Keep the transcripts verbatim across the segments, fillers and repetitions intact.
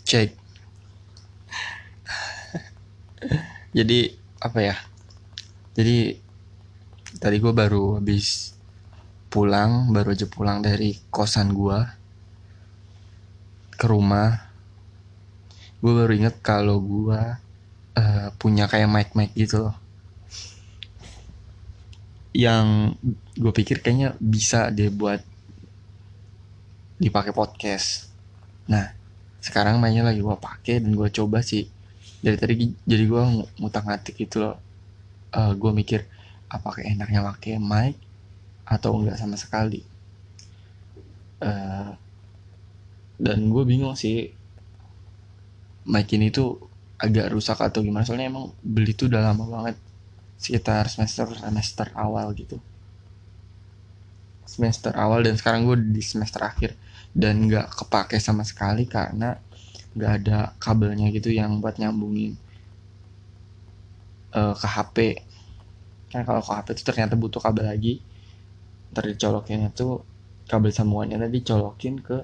Cek. Jadi apa ya? Jadi tadi gue baru habis pulang, baru aja pulang dari kosan gue ke rumah. Gue baru inget kalau gue uh, punya kayak mic-mic gitu loh. Yang gue pikir kayaknya bisa deh buat dipakai podcast. Nah, sekarang mainnya lagi gue pakai dan gue coba sih. Dari tadi jadi gue ngutang-ngatik gitu loh. Uh, gue mikir apakah enaknya pakai mic atau enggak sama sekali. Uh, dan gue bingung sih mic ini tuh agak rusak atau gimana, soalnya emang beli tuh udah lama banget, sekitar semester semester awal gitu, semester awal, dan sekarang gue di semester akhir dan nggak kepake sama sekali karena nggak ada kabelnya gitu yang buat nyambungin uh, ke H P. Kan kalau ke H P itu ternyata butuh kabel lagi, ntar dicolokinnya tuh kabel sambungannya tadi colokin ke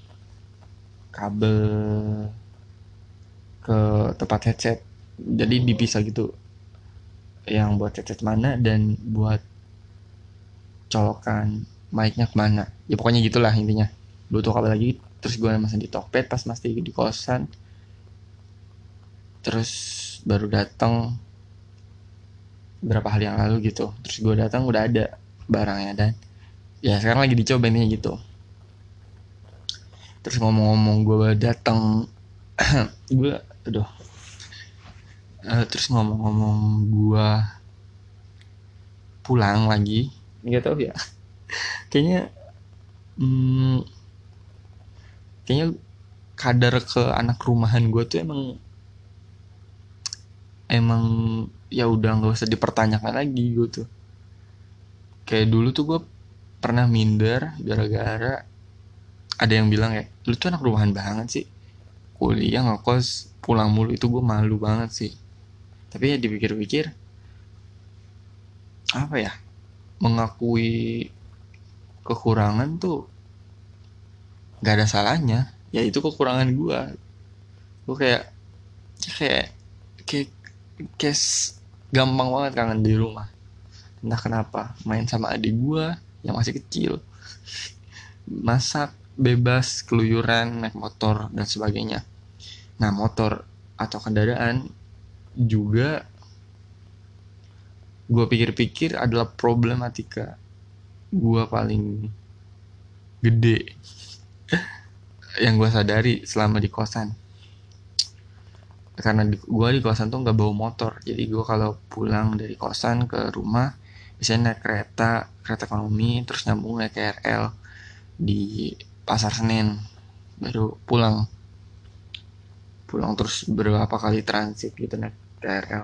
kabel ke tempat headset, jadi dipisah gitu yang buat headset mana dan buat colokan mic-nya kemana, ya pokoknya gitulah intinya. Butuh kabel lagi, terus gue masih di Tokped pas masih di kosan, terus baru datang berapa hari yang lalu gitu, terus gue datang udah ada barangnya dan ya sekarang lagi dicoba nih gitu. Terus ngomong-ngomong gue datang gue aduh uh, terus ngomong-ngomong gue pulang lagi, nggak tahu ya, kayaknya hmm, kayaknya kadar ke anak rumahan gue tuh emang emang ya udah nggak usah dipertanyakan lagi gue tuh. Kayak dulu tuh gue pernah minder gara-gara ada yang bilang kayak lu tuh anak rumahan banget sih, kuliah ngekos pulang mulu, itu gue malu banget sih. Tapi ya dipikir-pikir apa ya, mengakui kekurangan tuh nggak ada salahnya, ya itu kekurangan gue. Gue kayak kayak kayak kayak gampang banget kangen di rumah, entah kenapa main sama adik gue yang masih kecil, masak bebas, keluyuran, naik motor dan sebagainya. Nah, motor atau kendaraan juga gue pikir-pikir adalah problematika gue paling gede yang gue sadari selama di kosan. Karena gue di kosan tuh nggak bawa motor, jadi gue kalau pulang dari kosan ke rumah biasanya naik kereta kereta ekonomi, terus nyambung naik K R L di Pasar Senen, baru pulang pulang terus beberapa kali transit gitu naik K R L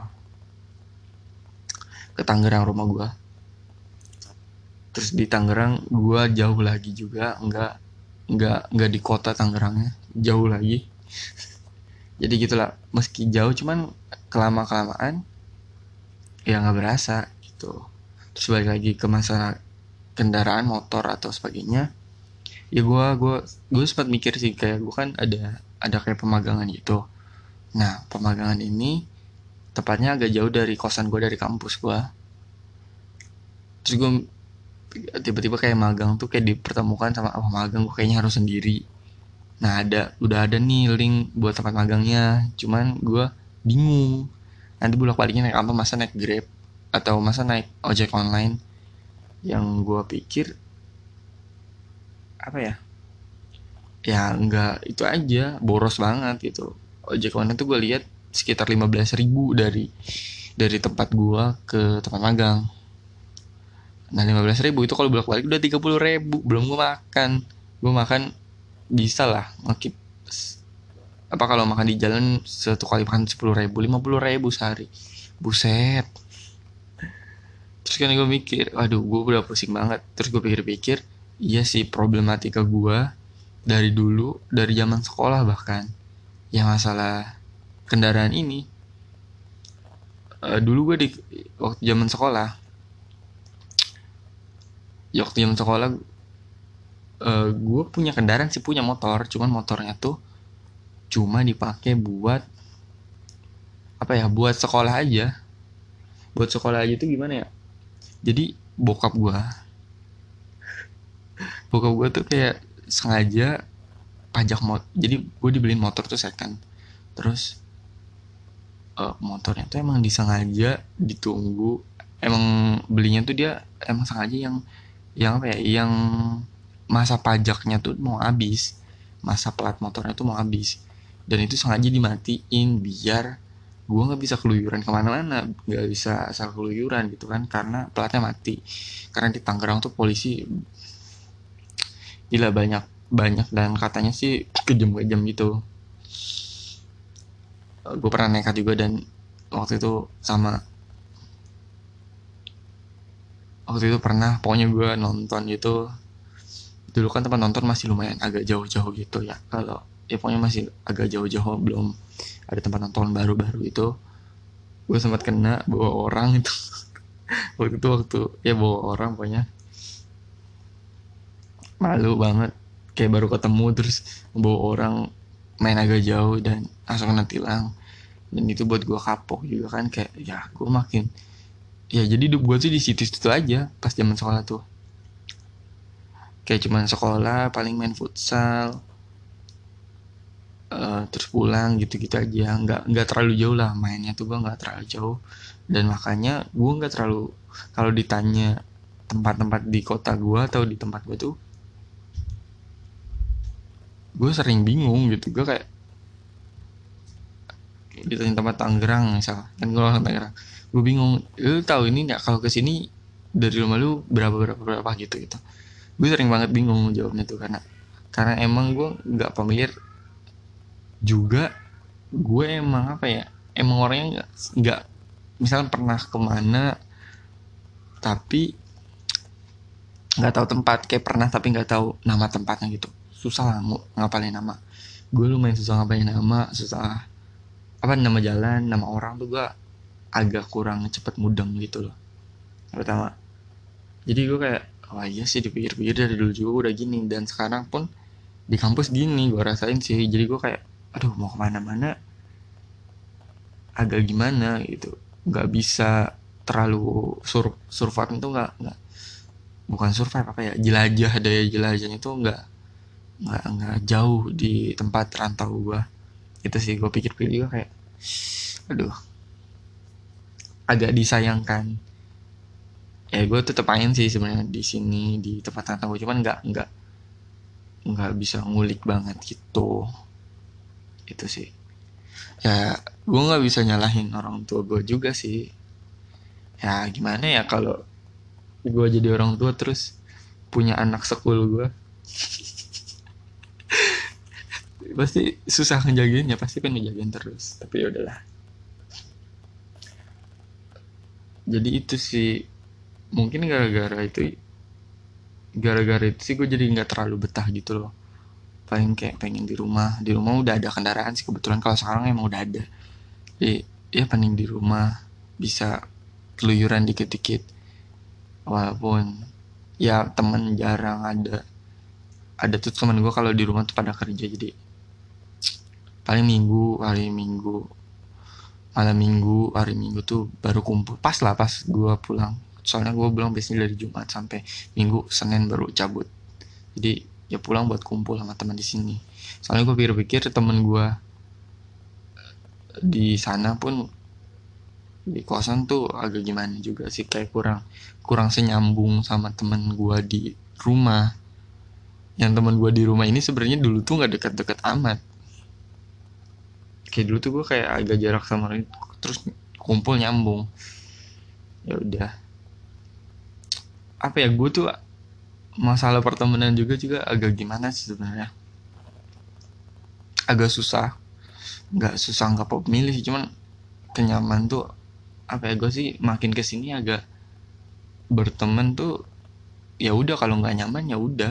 ke Tangerang rumah gue. Terus di Tangerang gue jauh lagi juga, nggak nggak nggak di kota Tangerangnya, jauh lagi. Jadi gitulah, meski jauh cuman kelama kelamaan ya nggak berasa gitu. Terus balik lagi ke masalah kendaraan motor atau sebagainya, ya gue gue gue sempat mikir sih, kayak gue kan ada ada kayak pemagangan gitu. Nah, pemagangan ini tepatnya agak jauh dari kosan gue, dari kampus gue. Terus gue tiba-tiba kayak magang tuh kayak dipertemukan sama apa, oh, magang gue kayaknya harus sendiri. Nah, ada udah ada nih link buat tempat magangnya, cuman gue bingung nanti bolak baliknya naik apa, masa naik Grab atau masa naik ojek online. Yang gue pikir apa ya, ya enggak, itu aja boros banget gitu. Ojek online tuh gue lihat sekitar lima belas ribu dari dari tempat gue ke tempat magang. Nah, lima belas ribu itu kalau bolak balik udah tiga puluh ribu, belum gue makan. Gue makan bisa lah ngekip, apa kalau makan di jalan satu kali makan sepuluh ribu, lima puluh ribu sehari, buset. Terus kan gue mikir, waduh gue udah pusing banget. Terus gue pikir-pikir, iya sih problematika gue dari dulu, dari zaman sekolah bahkan, ya masalah kendaraan ini. Uh, dulu gue di waktu zaman sekolah, ya waktu zaman sekolah uh, gue punya kendaraan sih, punya motor, cuman motornya tuh cuma dipakai buat apa ya, buat sekolah aja. Buat sekolah aja tuh gimana ya, jadi bokap gua bokap gua tuh kayak sengaja pajak motor. Jadi gue dibeliin motor tuh second. Terus uh, motornya tuh emang disengaja ditunggu. Emang belinya tuh dia emang sengaja yang yang apa ya, yang masa pajaknya tuh mau habis, masa plat motornya tuh mau habis, dan itu sengaja dimatiin biar gue nggak bisa keluyuran kemana-mana, nggak bisa asal keluyuran gitu kan, karena platnya mati. Karena di Tangerang tuh polisi gila banyak banyak dan katanya sih kejam-kejam gitu. Gue pernah nekat juga, dan waktu itu sama waktu itu pernah pokoknya gue nonton itu. Dulu kan tempat nonton masih lumayan agak jauh-jauh gitu ya, kalau ya pokoknya masih agak jauh-jauh, belum ada tempat nonton baru-baru itu. Gue sempat kena bawa orang itu. Waktu itu waktu ya bawa orang, pokoknya malu banget, kayak baru ketemu terus bawa orang main agak jauh dan langsung kena tilang. Dan itu buat gue kapok juga kan, kayak ya gue makin ya, jadi hidup gue tuh di situ-situ aja pas zaman sekolah tuh, kayak cuman sekolah paling main futsal, uh, terus pulang gitu-gitu aja, nggak nggak terlalu jauh lah mainnya tuh, gue nggak terlalu jauh. Dan makanya gue nggak terlalu, kalau ditanya tempat-tempat di kota gue atau di tempat gue tuh, gue sering bingung gitu. Gue kayak ditanya tempat Tangerang misal, kan gue orang Tangerang, gue bingung, lu tahu ini nggak kalau kesini dari rumah lu berapa berapa berapa gitu gitu. Gue sering banget bingung jawabnya tuh, karena karena emang gue nggak familiar juga. Gue emang apa ya, emang orangnya nggak nggak misalnya pernah kemana tapi nggak tahu tempat, kayak pernah tapi nggak tahu nama tempatnya gitu, susah lah ngapalin nama. Gue lumayan susah ngapalin nama, susah apa nama jalan, nama orang tuh gue agak kurang cepet mudeng gitu loh pertama. Jadi gue kayak, wah iya sih, dipikir-pikir dari dulu juga udah gini, dan sekarang pun di kampus gini gue rasain sih. Jadi gue kayak, aduh mau kemana-mana agak gimana gitu, nggak bisa terlalu sur survive itu, nggak nggak bukan survive apa ya, jelajah, daya jelajahnya itu nggak nggak nggak jauh di tempat rantau gue. Itu sih gue pikir-pikir juga kayak, aduh agak disayangkan. Ya gue tetep pengen sih sebenarnya di sini di tempat rantau gue, cuman nggak nggak nggak bisa ngulik banget gitu. Itu sih ya, gue nggak bisa nyalahin orang tua gue juga sih. Ya gimana ya, kalau gue jadi orang tua terus punya anak sekul gue, pasti susah ngejagainnya, pasti kan ngejagain terus. Tapi ya udahlah. Jadi itu sih, mungkin gara-gara itu gara-gara itu sih gue jadi nggak terlalu betah gitu loh. Paling kayak pengen di rumah. Di rumah udah ada kendaraan sih kebetulan, kalau sekarang emang udah ada. Jadi ya paling di rumah bisa keluyuran dikit-dikit, walaupun ya temen jarang ada. Ada tuh temen gue kalau di rumah tuh pada kerja, jadi paling minggu hari minggu malam minggu hari minggu tuh baru kumpul pas lah pas gue pulang. Soalnya gue pulang biasanya dari Jumat sampai Minggu, Senin baru cabut. Jadi ya pulang buat kumpul sama teman di sini. Soalnya gue pikir-pikir temen gue di sana pun di kosan tuh agak gimana juga sih, kayak kurang kurang senyambung sama temen gue di rumah. Yang temen gue di rumah ini sebenarnya dulu tuh nggak dekat-dekat amat. Kayak dulu tuh gue kayak agak jarak sama orang, terus kumpul nyambung. Ya udah, apa ya, gue tuh masalah pertemanan juga juga agak gimana sih sebenarnya, agak susah. Nggak susah nggak pemilih sih, cuman kenyaman tuh apa ya, gue sih makin kesini agak berteman tuh ya udah, kalau nggak nyaman ya udah,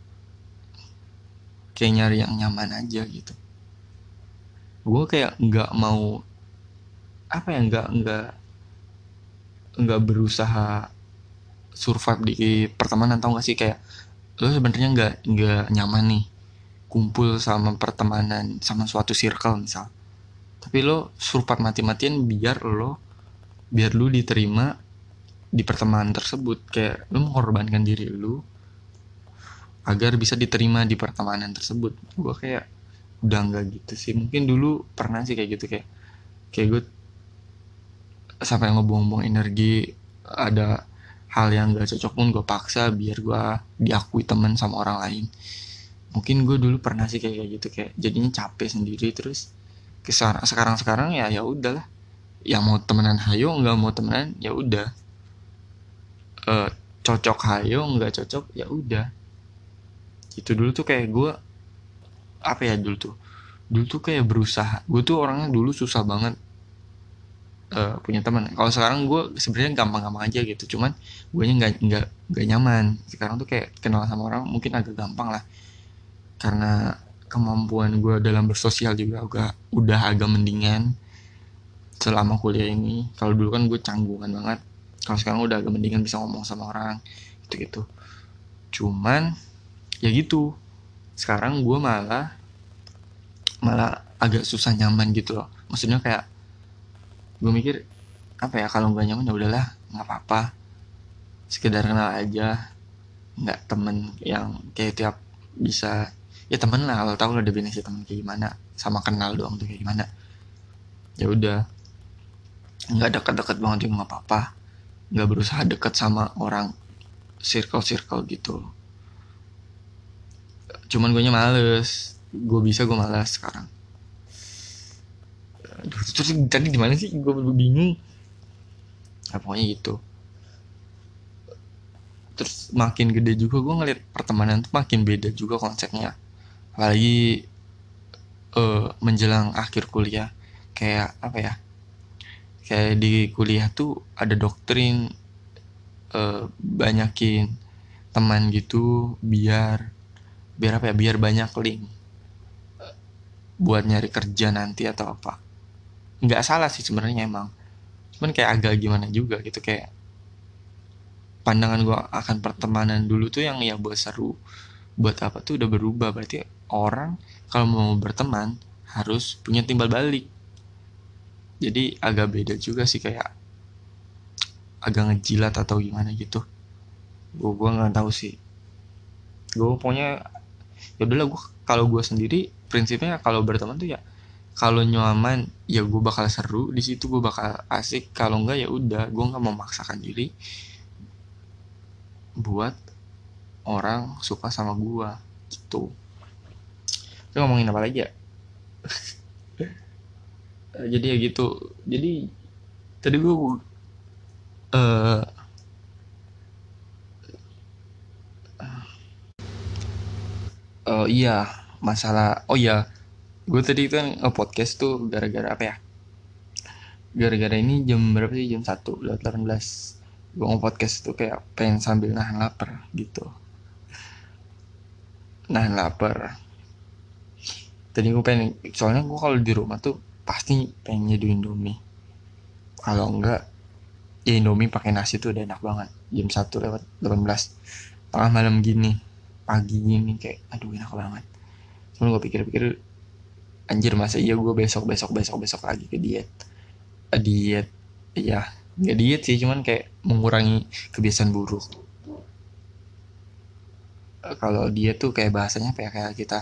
kayak nyari yang nyaman aja gitu. Gue kayak nggak mau apa ya, nggak nggak nggak berusaha survive di pertemanan, tau gak sih, kayak lo sebenarnya nggak nggak nyaman nih kumpul sama pertemanan sama suatu circle misal, tapi lo surpat mati-matian biar lo biar lu diterima di pertemanan tersebut, kayak lu mengorbankan diri lu agar bisa diterima di pertemanan tersebut. Gue kayak udah nggak gitu sih. Mungkin dulu pernah sih kayak gitu, kayak kayak gue sampai ngebuang-buang energi, ada hal yang gak cocok pun gue paksa biar gue diakui teman sama orang lain. Mungkin gue dulu pernah sih kayak gitu, kayak jadinya capek sendiri. Terus sekarang sekarang ya ya udahlah, yang mau temenan hayo, nggak mau temenan ya udah. E, cocok hayo, nggak cocok ya udah. Itu dulu tuh kayak gue apa ya dulu tuh dulu tuh kayak berusaha. Gue tuh orangnya dulu susah banget uh, punya teman. Kalau sekarang gue sebenarnya gampang-gampang aja gitu, cuman gue nya nggak nggak nggak nyaman. Sekarang tuh kayak kenal sama orang mungkin agak gampang lah, karena kemampuan gue dalam bersosial juga udah udah agak mendingan selama kuliah ini. Kalau dulu kan gue canggungan banget, kalau sekarang udah agak mendingan, bisa ngomong sama orang gitu gitu. Cuman ya gitu, sekarang gue malah malah agak susah nyaman gitu loh. Maksudnya kayak gue mikir apa ya, kalau nggak nyaman ya udahlah, nggak apa-apa, sekedar kenal aja, nggak temen yang kayak tiap bisa ya temen lah, kalau tahu lah definisi temen kayak gimana, sama kenal doang tuh kayak gimana. Ya udah, nggak dekat-dekat banget juga nggak apa-apa, nggak berusaha dekat sama orang circle-circle gitu. Cuman gue nya males, gue bisa gue malas sekarang. Aduh, terus tadi di mana sih, gue bingung. Nah, pokoknya gitu. Terus makin gede juga gue ngeliat pertemanan tuh makin beda juga konsepnya, apalagi uh, menjelang akhir kuliah. Kayak apa ya, kayak di kuliah tuh ada doktrin uh, banyakin teman gitu, biar biar apa ya, biar banyak link buat nyari kerja nanti atau apa. Nggak salah sih sebenarnya emang, cuman kayak agak gimana juga gitu. Kayak pandangan gue akan pertemanan dulu tuh yang ya buat seru, buat apa tuh udah berubah. Berarti orang kalau mau berteman harus punya timbal balik. Jadi agak beda juga sih, kayak agak ngejilat atau gimana gitu. Gue gue nggak tahu sih. Gue pokoknya ya udahlah, gue kalau gue sendiri prinsipnya kalau berteman tuh ya kalau nyaman ya gue bakal seru di situ, gue bakal asik. Kalau enggak ya udah, gue nggak memaksakan diri buat orang suka sama gue gitu. Itu ngomongin apa lagi ya? Jadi ya gitu. Jadi tadi gue uh, uh, iya masalah. Oh iya, gue tadi kan nge-podcast tuh gara-gara apa ya, gara-gara ini jam berapa sih, jam satu lewat delapan belas. Gue nge-podcast tuh kayak pengen sambil nahan lapar gitu. Nahan lapar. Tadi gue pengen, soalnya gue kalau di rumah tuh pasti pengen nyeduh Indomie. Kalau enggak ya Indomie pakai nasi tuh udah enak banget. Jam satu lewat delapan belas tengah malam gini, pagi gini, kayak aduh enak banget. Cuman gue pikir-pikir, anjir masa iya gue besok besok besok besok lagi ke diet. A, diet ya nggak diet sih, cuman kayak mengurangi kebiasaan buruk. E, kalau diet tuh kayak bahasanya kayak kayak kita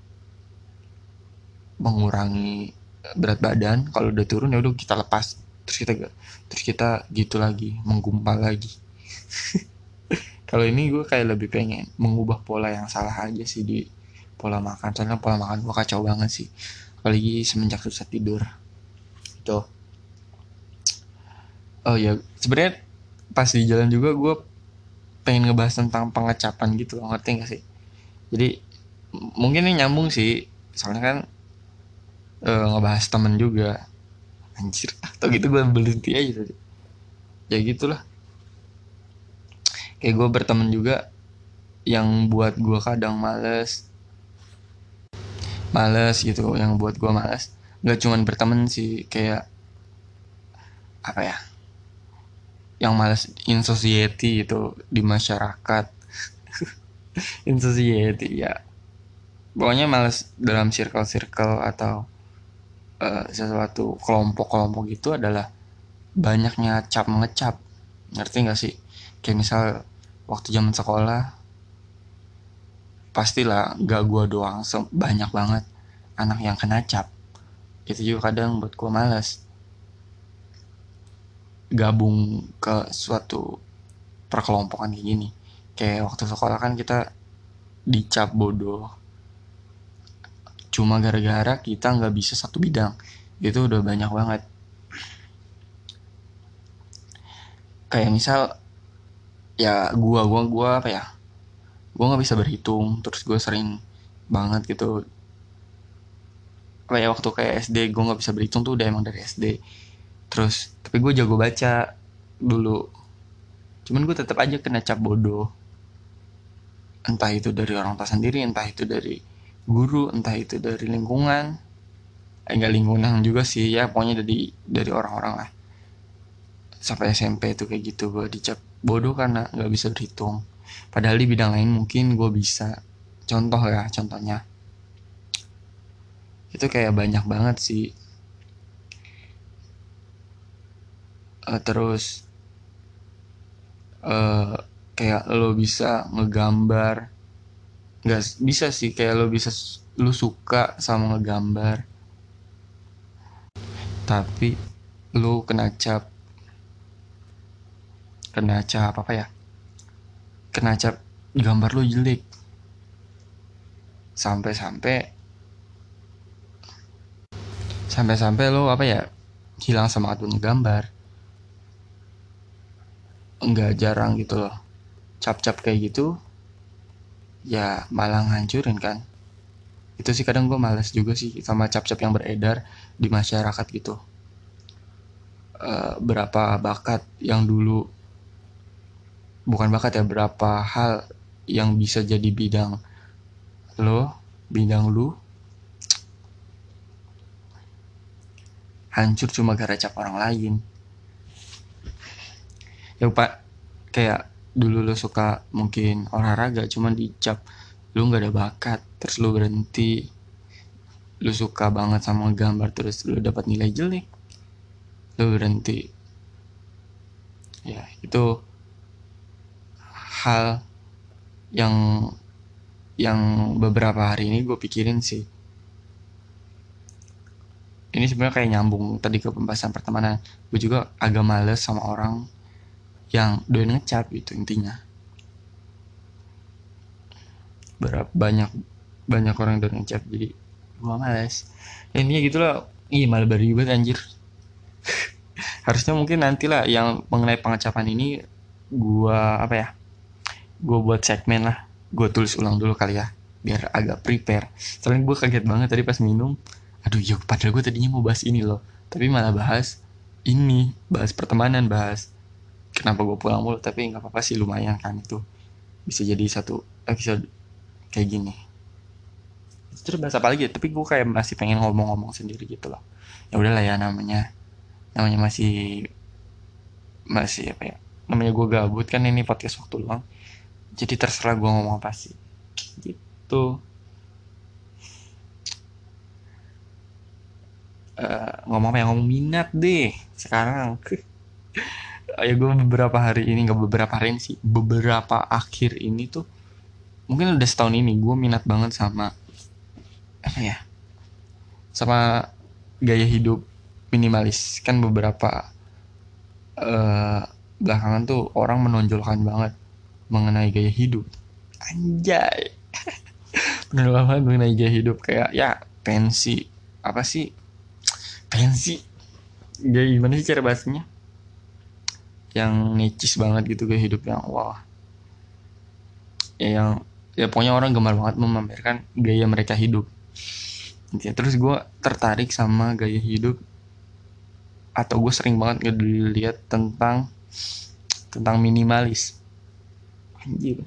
mengurangi berat badan, kalau udah turun ya udah kita lepas, terus kita terus kita gitu lagi, menggumpal lagi. Kalau ini gue kayak lebih pengen mengubah pola yang salah aja sih di pola makan. Soalnya pola makan gue kacau banget sih, apalagi semenjak susah tidur itu. Oh ya, sebenarnya pas di jalan juga gue pengen ngebahas tentang pengecapan gitu loh, ngerti gak sih? Jadi m- mungkin ini nyambung sih, soalnya kan uh, ngebahas temen juga. Anjir, atau gitu gue berhenti aja tadi. Ya gitulah, kayak gue berteman juga yang buat gue kadang males males gitu, yang buat gue males. Gak cuman berteman sih, kayak apa ya, yang males in society itu, di masyarakat. In society ya, pokoknya males dalam circle-circle atau uh, sesuatu kelompok-kelompok gitu adalah banyaknya cap mengecap. Ngerti gak sih? Kayak misal waktu zaman sekolah, pastilah gak gua doang, banyak banget anak yang kena cap. Itu juga kadang buat gua males gabung ke suatu perkelompokan kayak gini. Kayak waktu sekolah kan kita dicap bodoh cuma gara-gara kita nggak bisa satu bidang. Itu udah banyak banget. Kayak misal ya gua gua gua apa ya, gua nggak bisa berhitung, terus gua sering banget gitu apa ya, waktu kayak S D gua nggak bisa berhitung tuh udah emang dari S D. Terus tapi gue jago baca dulu, cuman gue tetap aja kena cap bodoh, entah itu dari orang tua sendiri, entah itu dari guru, entah itu dari lingkungan. Eh, enggak lingkungan juga sih ya, pokoknya dari dari orang-orang lah. Sampai S M P tuh kayak gitu, gue dicap bodoh karena nggak bisa berhitung, padahal di bidang lain mungkin gue bisa. Contoh ya, contohnya itu kayak banyak banget sih. Uh, terus uh, kayak lo bisa ngegambar, nggak bisa sih, kayak lo bisa lo suka sama ngegambar tapi lo kena cap, kena cap apa ya, kena cap gambar lo jelek, sampai-sampai sampai-sampai lo apa ya, hilang semangat buat ngegambar. Enggak jarang gitu loh cap-cap kayak gitu ya, malah ngancurin kan. Itu sih kadang gue males juga sih sama cap-cap yang beredar di masyarakat gitu. Uh, berapa bakat yang dulu, bukan bakat ya, berapa hal yang bisa jadi bidang lo, bidang lu hancur cuma gara cap orang lain. Ya pak, kayak dulu lo suka mungkin olahraga cuman dicap lu nggak ada bakat, terus lu berhenti. Lu suka banget sama gambar terus lu dapat nilai jelek, lu berhenti. Ya itu hal yang yang beberapa hari ini gue pikirin sih. Ini sebenarnya kayak nyambung tadi ke pembahasan pertemanan. Gue juga agak males sama orang yang doyan ngecap gitu intinya. Berapa banyak banyak orang yang doyan ngecap, jadi gue males. Ya, intinya gitulah. Ih, malah baru banget anjir. Harusnya mungkin nantilah yang mengenai pengecapan ini gue apa ya, gue buat segmen lah, gue tulis ulang dulu kali ya biar agak prepare. Soalnya gue kaget banget tadi pas minum, aduh ya padahal gue tadinya mau bahas ini loh, tapi malah bahas ini, bahas pertemanan, bahas kenapa gue pulang mulu. Tapi nggak apa-apa sih, lumayan kan, itu bisa jadi satu episode kayak gini. Terus bahas apa lagi, tapi gue kayak masih pengen ngomong-ngomong sendiri gitu loh. Ya udahlah ya, namanya namanya masih masih apa ya, namanya gue gabut kan, ini podcast waktu luang, jadi terserah gue ngomong apa sih gitu. Uh, ngomong apa ya, ngomong minat deh sekarang. Ya gue beberapa hari ini, nggak beberapa hari ini sih, beberapa akhir ini tuh, mungkin udah setahun ini gue minat banget sama apa ya, sama gaya hidup minimalis. Kan beberapa uh, belakangan tuh orang menonjolkan banget mengenai gaya hidup, anjay. Menonjolkan banget mengenai gaya hidup, kayak ya pensi apa sih, pensi gaya gimana sih cara bahasanya, yang necis banget gitu gaya hidup yang wah ya, yang ya pokoknya orang gemar banget memamerkan gaya mereka hidup. Terus gue tertarik sama gaya hidup, atau gue sering banget ngeliat tentang tentang minimalis. Anjir,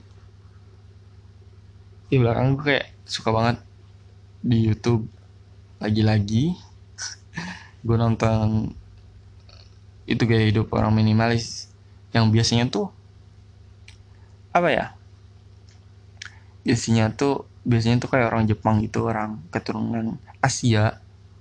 di belakang gue kayak suka banget di YouTube, lagi-lagi gue nonton itu gaya hidup orang minimalis yang biasanya tuh apa ya, biasanya tuh biasanya tuh kayak orang Jepang gitu, orang keturunan Asia.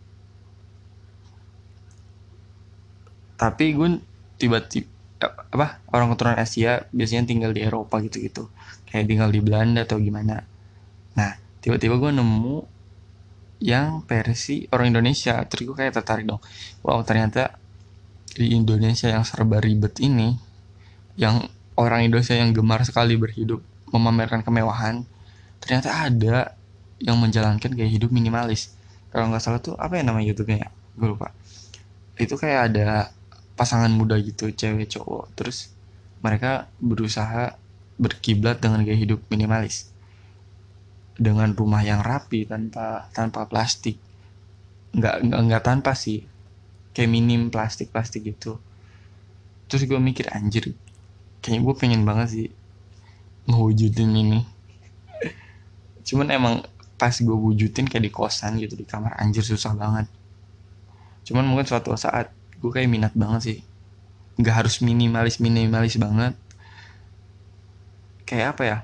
Tapi gue tiba-tiba apa orang keturunan Asia biasanya tinggal di Eropa gitu-gitu, kayak tinggal di Belanda atau gimana. Nah tiba-tiba gue nemu yang versi orang Indonesia, terus gue kayak tertarik dong. Wow, ternyata di Indonesia yang serba ribet ini, yang orang Indonesia yang gemar sekali berhidup memamerkan kemewahan, ternyata ada yang menjalankan gaya hidup minimalis. Kalau nggak salah tuh apa ya nama YouTube-nya ya, gue lupa. Itu kayak ada pasangan muda gitu, cewek cowok, terus mereka berusaha berkiblat dengan gaya hidup minimalis, dengan rumah yang rapi tanpa tanpa plastik. Nggak nggak nggak tanpa sih, kayak minim plastik plastik gitu. Terus gue mikir, anjir, kayaknya gue pengen banget sih ngewujudin ini. Cuman emang pas gue wujudin kayak di kosan gitu, di kamar, anjir susah banget. Cuman mungkin suatu saat gue kayak minat banget sih. Nggak harus minimalis minimalis banget, kayak apa ya,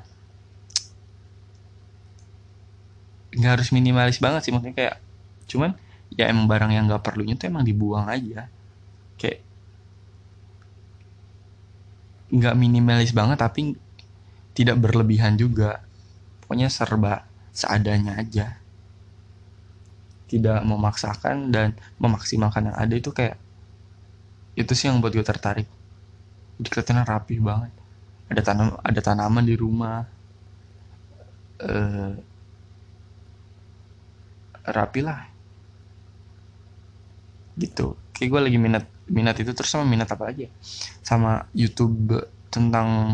nggak harus minimalis banget sih, maksudnya kayak cuman ya emang barang yang nggak perlunya tuh emang dibuang aja. Kayak nggak minimalis banget tapi tidak berlebihan juga, pokoknya serba seadanya aja, tidak memaksakan dan memaksimalkan yang ada. Itu kayak itu sih yang buat gue tertarik. Jadi kelihatannya rapi banget, ada tanam ada tanaman di rumah, eh, rapi lah gitu. Kayak gue lagi minat minat itu, terus sama minat apa aja, sama YouTube tentang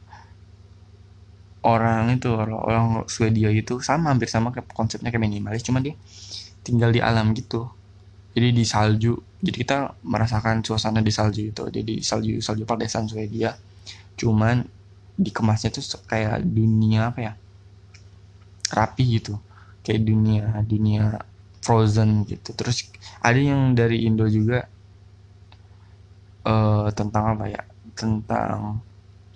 orang itu, orang, orang Swedia gitu, sama hampir sama kayak konsepnya kayak minimalis, cuman dia tinggal di alam gitu. Jadi di salju, jadi kita merasakan suasana di salju itu. Jadi salju salju Pardesaan Swedia, cuman dikemasnya tuh kayak dunia apa ya, rapi gitu, kayak dunia dunia Frozen gitu. Terus ada yang dari Indo juga, eh, tentang apa ya, tentang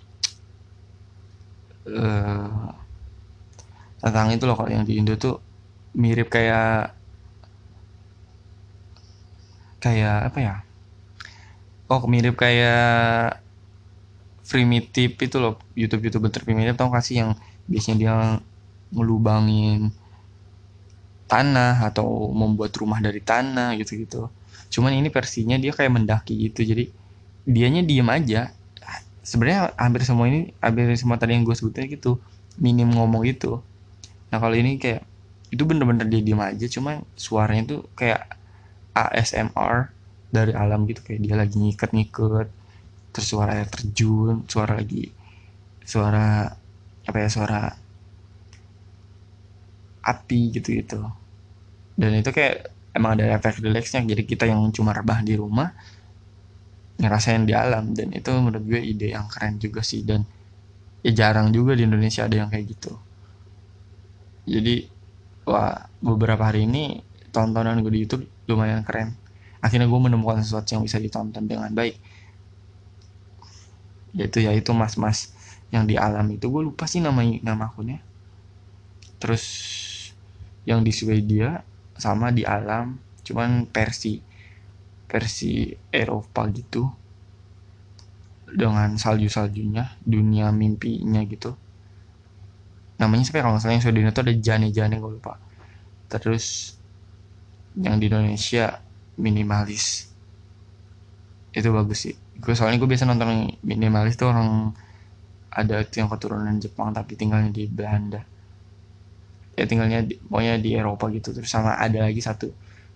eh, tentang itu loh. Kalau yang di Indo tuh mirip kayak kayak apa ya, oh mirip kayak primitif itu loh, YouTube YouTube primitif, tau gak sih, yang biasanya dia ngelubangin tanah atau membuat rumah dari tanah gitu-gitu. Cuman ini versinya dia kayak mendaki gitu, jadi dianya diem aja. Sebenarnya hampir semua ini, hampir semua tadi yang gue sebutin gitu, minim ngomong gitu. Nah kalau ini kayak itu bener-bener dia diem aja, cuman suaranya tuh kayak A S M R dari alam gitu, kayak dia lagi ngiket-ngiket, terus suara air terjun, suara lagi suara apa ya, suara api gitu-gitu. Dan itu kayak emang ada efek relaxnya, jadi kita yang cuma rebahan di rumah ngerasain di alam. Dan itu menurut gue ide yang keren juga sih, dan ya jarang juga di Indonesia ada yang kayak gitu. Jadi wah, beberapa hari ini tontonan gue di YouTube lumayan keren. Akhirnya gue menemukan sesuatu yang bisa ditonton dengan baik, yaitu yaitu mas-mas yang di alam itu. Gue lupa sih nama nama akunnya. Terus yang di Swedia sama di alam, cuman versi versi Eropa gitu, dengan salju-saljunya, dunia mimpinya gitu. Namanya siapa ya, kalau nggak salah yang Swedia itu ada Jane Jane, gue lupa. Terus yang di Indonesia minimalis, itu bagus sih. Gue soalnya gue biasa nonton minimalis tuh orang ada itu yang keturunan Jepang tapi tinggalnya di Belanda, ya tinggalnya di, pokoknya di Eropa gitu. Terus sama ada lagi satu,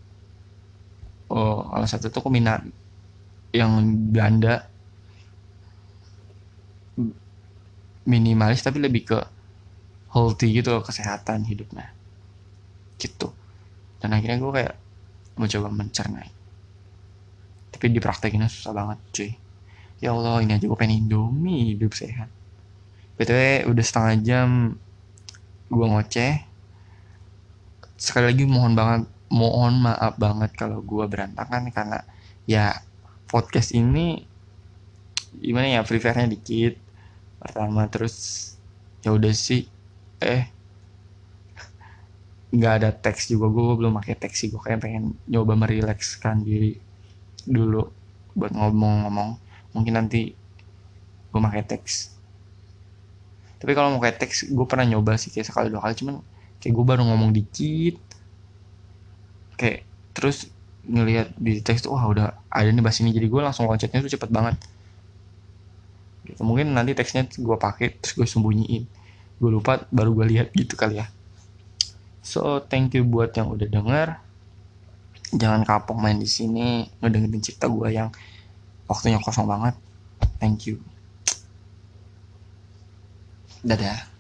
oh kalau satu tuh aku minat yang Belanda, minimalis tapi lebih ke healthy gitu loh, kesehatan hidupnya gitu. Dan akhirnya gue kayak mau coba mencerna, tapi dipraktekinnya susah banget cuy. Ya Allah, ini aja gue pengen Indomie hidup sehat. Btw udah setengah jam gue ngoceh. Sekali lagi mohon banget, mohon maaf banget kalau gue berantakan, karena ya podcast ini gimana ya, prepare-nya dikit pertama. Terus ya udah sih, eh nggak ada teks juga, gue belum pakai teks sih. Gue kayak pengen nyoba merilekskan diri dulu buat ngomong-ngomong. Mungkin nanti gue pakai teks. Tapi kalau mau kayak teks, gue pernah nyoba sih kayak sekali dua kali, cuman kayak gue baru ngomong dikit, kayak terus ngelihat di teks tuh wah udah ada nih bahas ini, jadi gue langsung loncatnya tuh cepet banget. Gitu. Mungkin nanti teksnya gue pakai terus gue sembunyiin, gue lupa baru gue lihat gitu kali ya. So thank you buat yang udah denger. Jangan kapok main di sini ngedengerin cerita gue yang waktunya kosong banget. Thank you. Dadah.